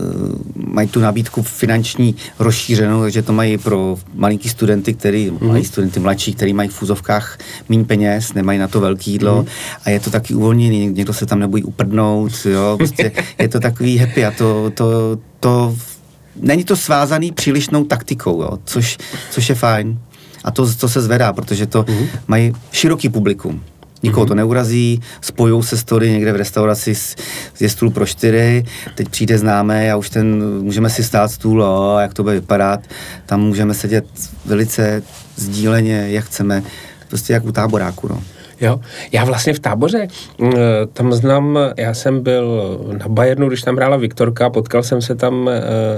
mají tu nabídku finanční rozšířenou, takže to mají pro malinký studenty, který mm. mají studenty mladší, který mají v fúzovkách míň peněz, nemají na to velký jídlo mm. a je to taky uvolněný, někdo se tam nebojí uprdnout, jo, prostě je to takový happy a to, to, to není to svázaný přílišnou taktikou, jo, což, což je fajn. A to, to se zvedá, protože to mm. mají široký publikum. Nikoho mm. to neurazí, spojou se story někde v restauraci, je stůl pro čtyři, teď přijde známý a už ten, můžeme si stát stůl, o, jak to bude vypadat, tam můžeme sedět velice sdíleně, jak chceme, prostě jak u táboráku, no. Jo, já vlastně v Táboře, tam znám, já jsem byl na Bayernu, když tam hrála Viktorka, potkal jsem se tam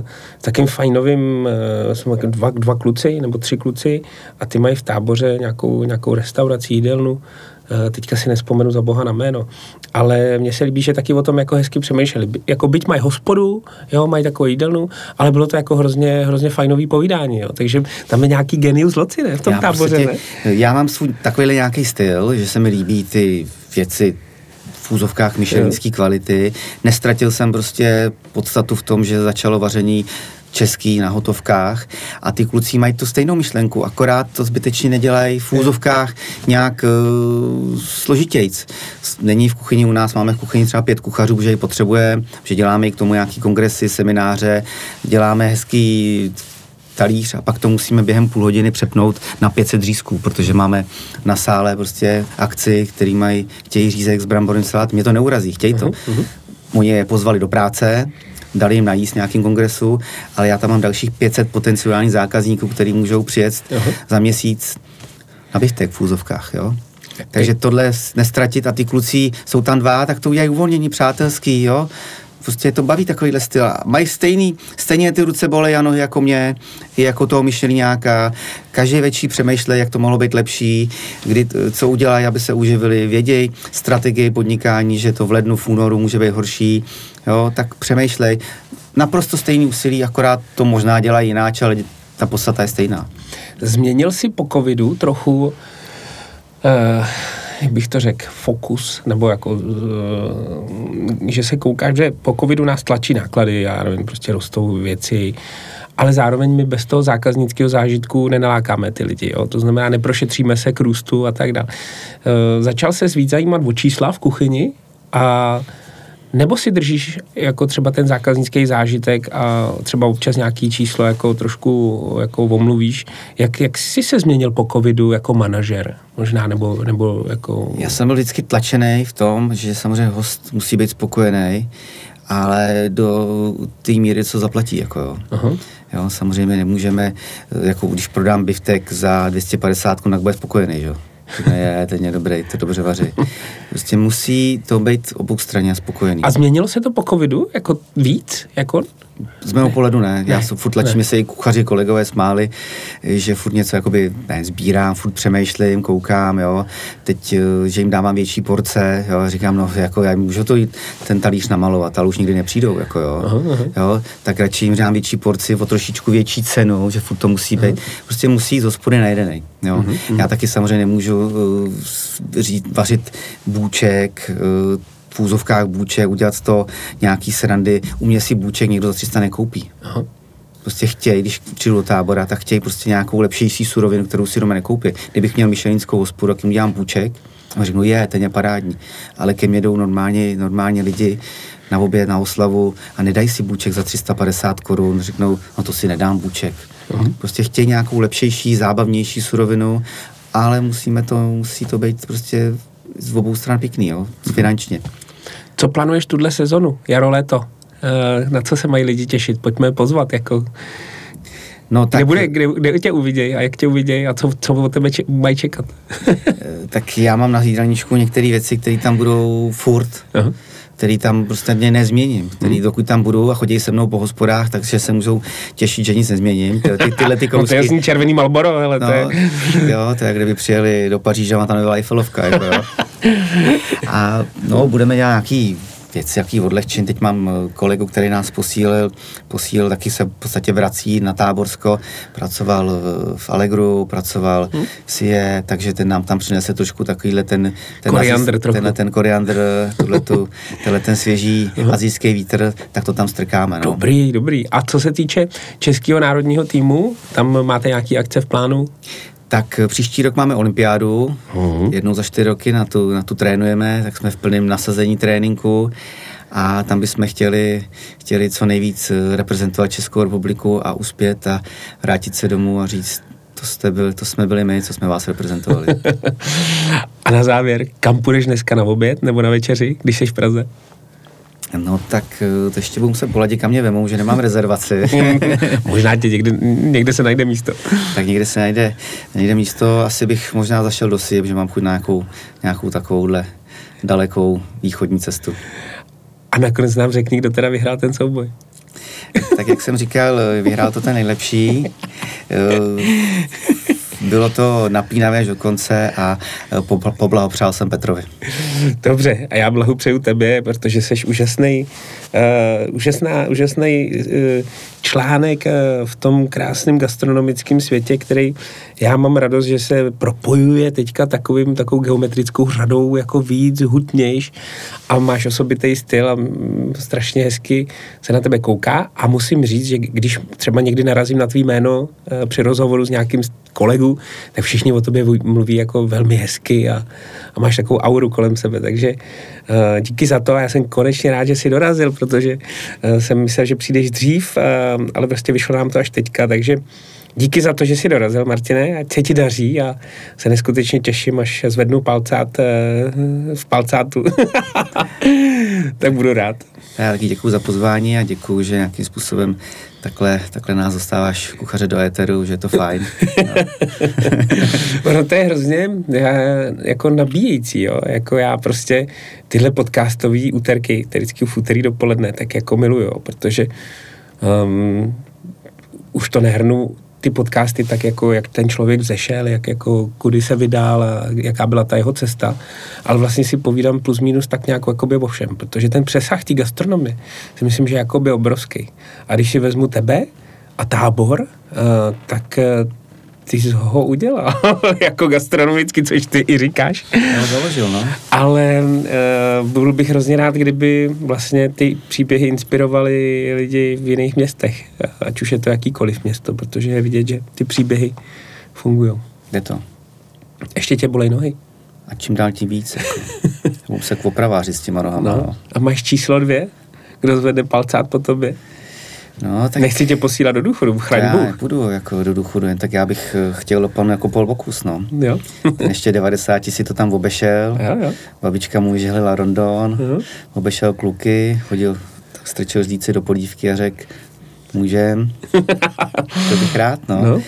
s takým fajnovým, jsou dva, dva kluci nebo tři kluci a ty mají v Táboře nějakou, nějakou restauraci, jídelnu, teďka si nespomenu za boha na jméno, ale mně se líbí, že taky o tom jako hezky přemýšleli. Jako byť mají hospodu, jo, mají takovou jídelnu, ale bylo to jako hrozně, hrozně fajnový povídání, jo. Takže tam je nějaký genius loci, ne, v tom já Táboře, prostě, ne? Já mám svůj takovýhle nějaký styl, že se mi líbí ty věci v úzovkách michelinský kvality. Nestratil jsem prostě podstatu v tom, že začalo vaření český na hotovkách a ty kluci mají tu stejnou myšlenku, akorát to zbytečně nedělají v úzovkách nějak uh, složitějc. Není v kuchyni u nás, máme v kuchyni třeba pět kuchařů, že ji potřebuje, že děláme i k tomu nějaký kongresy, semináře, děláme hezký talíř a pak to musíme během půl hodiny přepnout na pět set řízků, protože máme na sále prostě akci, který mají, chtějí řízek s bramborovým salátem, mě to neurazí, chtějí to. Uh-huh. Oni je pozvali do práce, dali jim najíst nějakým kongresu, ale já tam mám dalších pět set potenciálních zákazníků, který můžou přijet uh-huh. za měsíc na biftek v úzovkách, jo. Takže tohle nestratit a ty kluci jsou tam dva, tak to udělají uvolnění, přátelský, jo. Prostě to baví takovýhle styl. Mají stejný, stejně ty ruce bolej a nohy jako mě, i jako toho Micheliňáka. Každý větší přemýšlej, jak to mohlo být lepší, kdy, co udělají, aby se uživili, vědějí strategii podnikání, že to v lednu, v únoru může být horší, jo, tak přemýšlej. Naprosto stejný úsilí, akorát to možná dělají jináč, ale ta podstata je stejná. Změnil si po covidu trochu uh... jak bych to řekl, fokus, nebo jako, že se koukáš, že po covidu nás tlačí náklady, já nevím, prostě rostou věci, ale zároveň my bez toho zákaznického zážitku nenalákáme ty lidi, jo? To znamená, neprošetříme se k růstu a tak dále. E, začal se víc zajímat o čísla v kuchyni a nebo si držíš jako třeba ten zákaznický zážitek a třeba občas nějaký číslo jako trošku jako omluvíš. Jak, jak jsi se změnil po covidu jako manažer možná, nebo, nebo jako... Já jsem byl vždycky tlačený v tom, že samozřejmě host musí být spokojený, ale do té míry, co zaplatí, jako jo. Aha. Jo, samozřejmě nemůžeme, jako když prodám biftek za dvě stě padesát, tak bude spokojený, jo. Je, ten je dobrý, to dobře vaří. Prostě musí to být obou straně spokojený. A změnilo se to po covidu? Jako víc? Jako... Z mého pohledu ne. Já jsem furt tlačím, se i kuchaři, kolegové smáli, že furt něco jakoby, ne, sbírám, furt přemýšlím, koukám, jo. Teď, že jim dávám větší porce, jo. Říkám, no, jako já můžu to jít ten talíř namalovat, ale už nikdy nepřijdou, jako jo. Aha, aha. Jo. Tak radši jim dám větší porci, o trošičku větší cenu, že furt to musí být. Aha. Prostě musí jít z hospody najedenej, jo. Aha, aha. Já taky samozřejmě nemůžu uh, říct, vařit bůček, uh, v úzovkách bůček, udělat to nějaký srandy. U mě si bůček někdo za tři sta nekoupí. Aha. Prostě chtějí, když přijdu do Tábora, tak chtějí prostě nějakou lepší surovinu, kterou si doma nekoupí. Kdybych měl michelinskou hospodu, tak jim udělám bůček a řeknu, je, ten je parádní. Ale ke mně jdou normálně, normálně lidi na oběd, na oslavu a nedají si bůček za tři sta padesát korun, řeknou, no to si nedám bůček. Aha. Prostě chtějí nějakou lepšejší, zábavnější surovinu, ale musíme to, musí to být prostě z obou stran pěkný, jo, finančně. Co plánuješ tuhle sezonu, jaro, léto? E, na co se mají lidi těšit? Pojďme je pozvat, jako... No, tak... Kde, bude, kde, kde tě uvidějí a jak tě uvidějí a co, co od tebe če, mají čekat? Tak já mám na jídelníčku některé věci, které tam budou furt, uh-huh. který tam prostě nezměním, který dokud tam budou a chodí se mnou po hospodách, takže se můžou těšit, že nic nezměním. Ty, ty, tyhle ty kousky... No to je jasný červený Marlboro, hele, no, to je... Jo, to je, kdyby přijeli do Paříže a tam nebyla Eiffelovka, jako jo. A no, budeme dělat nějaký věci, jaký odlehčení. Teď mám kolegu, který nás posílil, posílil, taky se v podstatě vrací na Táborsko, pracoval v Allegru, pracoval hmm. v Sie, takže ten nám tam přinese trošku takovýhle ten, ten, koriandr, azijs, tenhle ten koriandr, tuhletu, tenhle ten svěží uh-huh. asijský vítr, tak to tam strkáme. No. Dobrý, dobrý. A co se týče českého národního týmu, tam máte nějaký akce v plánu? Tak příští rok máme olympiádu, uh-huh. jednou za čtyři roky na tu, na tu trénujeme, tak jsme v plném nasazení tréninku a tam bychom chtěli, chtěli co nejvíc reprezentovat Českou republiku a uspět a vrátit se domů a říct, to, jste byli, to jsme byli my, co jsme vás reprezentovali. A na závěr, kam půjdeš dneska na oběd nebo na večeři, když jsi v Praze? No tak to ještě budu muset poladit, kam mě vemou, že nemám rezervaci. Možná tě někde, někde se najde místo. Tak někde se najde, najde místo, asi bych možná zašel do Sib, že mám chuť na nějakou, nějakou takovouhle dalekou východní cestu. A nakonec nám řekni, kdo teda vyhrál ten souboj. Tak jak jsem říkal, vyhrál to ten nejlepší. Bylo to napínavé až do konce a poblahopřál jsem Petrovi. Dobře, a já blahopřeju tebe, protože jsi úžasný, uh, úžasná, úžasný uh, článek uh, v tom krásném gastronomickém světě, který já mám radost, že se propojuje teďka takovým, takovou geometrickou řadou jako víc, hutnějš a máš osobitý styl a mm, strašně hezky se na tebe kouká a musím říct, že když třeba někdy narazím na tvý jméno uh, při rozhovoru s nějakým kolegou, tak všichni o tobě mluví jako velmi hezky a, a máš takovou auru kolem sebe, takže uh, díky za to a já jsem konečně rád, že jsi dorazil, protože uh, jsem myslel, že přijdeš dřív, uh, ale prostě vyšlo nám to až teďka, takže díky za to, že jsi dorazil, Martine, ať se ti daří a se neskutečně těším, až zvednu palcát uh, v palcátu. Tak budu rád. Já taky děkuju za pozvání a děkuju, že nějakým způsobem takhle, takhle nás dostáváš kuchaře do éteru, že je to fajn. No. No to je hrozně já, jako nabíjející, jo. Jako já prostě tyhle podcastový úterky, které vždycky v úterý dopoledne, tak jako miluju, jo, protože um, už to nehrnu ty podcasty tak jako, jak ten člověk vzešel, jak jako kudy se vydal a jaká byla ta jeho cesta, ale vlastně si povídám plus minus tak nějak jakoby o všem, protože ten přesah té gastronomie si myslím, že je jakoby obrovský. A když si vezmu tebe a Tábor, uh, tak uh, ty jsi ho udělal, jako gastronomicky, což ty i říkáš. Já ho založil, no. Ale uh, byl bych hrozně rád, kdyby vlastně ty příběhy inspirovaly lidi v jiných městech, ať už je to jakýkoliv město, protože je vidět, že ty příběhy fungují. Je to. Ještě tě bolej nohy? A čím dál tím víc. Jako. Můžu se k opraváři s těma nohama. No. A máš číslo dvě? Kdo zvedne palcát po tobě? No, tak nechci tě posílat do důchodu, chraň já Bůh. Já půjdu jako do důchodu, jen tak já bych chtěl dopadnout jako Paul Bocuse, no. Jo. Ten ještě devadesáti si to tam obešel, jo, jo. Babička mu vyžehlila rondon, jo. Obešel kluky, chodil, tak strčil ždíci do polívky a řekl, můžem, to bych rád, no. no.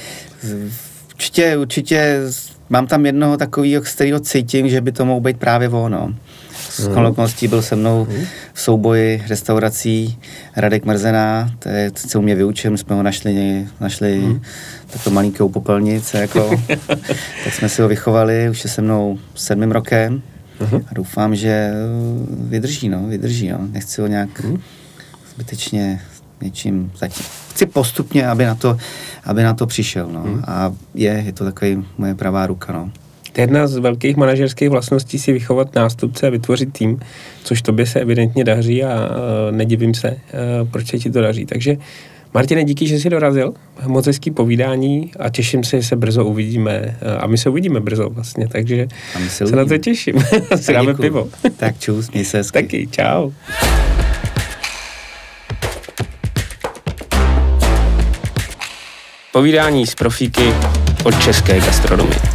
Určitě, určitě mám tam jednoho takového, z kterého cítím, že by to mohl být právě ono. S okolností byl se mnou v souboji restaurací Radek Mrzená, to je, co u mě vyučil, my jsme ho našli, našli mm. takovou malinkou popelnice, jako, tak jsme si ho vychovali, už je se mnou sedmým rokem uh-huh. a doufám, že vydrží, no, vydrží, no. Nechci ho nějak mm. zbytečně něčím zatím. Chci postupně, aby na to, aby na to přišel, no, mm. a je, je to takový moje pravá ruka, no. To je jedna z velkých manažerských vlastností si vychovat nástupce a vytvořit tým, což tobě se evidentně daří a uh, nedivím se, uh, proč se ti to daří. Takže Martine, díky, že jsi dorazil, moc hezký povídání a těším se, že se brzo uvidíme uh, a my se uvidíme brzo vlastně, takže se, se na to těším. Si dáme pivo. Tak čus, měj se hezky. Taky, čau. Povídání z profíky od české gastronomie.